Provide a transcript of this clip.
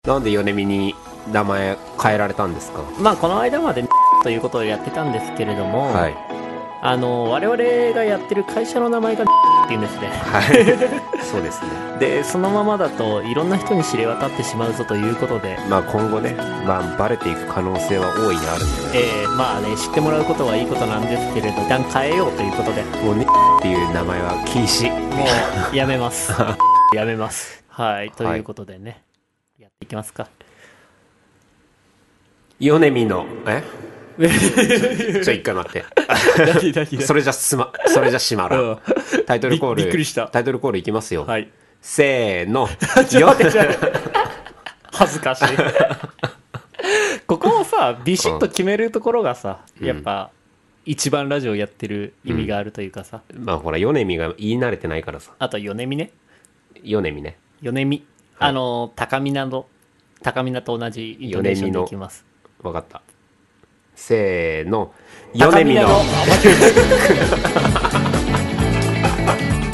なんで米見に名前変えられたんですか？ まあこの間までということをやってたんですけれども、 はい。 我々がやってる会社の名前がっていうんですね。 はい。そうですね。 でそのままだといろんな人に知れ渡ってしまうぞということで、 まあ今後ね、バレていく可能性は大いにあるんでね。 まあね、知ってもらうことはいいことなんですけれど、一旦変えようということで、 もうねっていう名前は禁止。 もうやめますやめます。はい、ということでね、やっていきますか。 米見の一回待ってそれじゃ閉まらん。タイトルコールびっくりした。 タイトルコールいきますよ。 はい、 せーの。 恥ずかしいここをさビシッと決めるところがさ、やっぱ一番ラジオやってる意味があるというかさ、 まあほら米見が言い慣れてないからさ。 あと米見ね。 米見ね。 米見、はい、高見と同じイントネーションでいきます。 分かった。せーの。米見の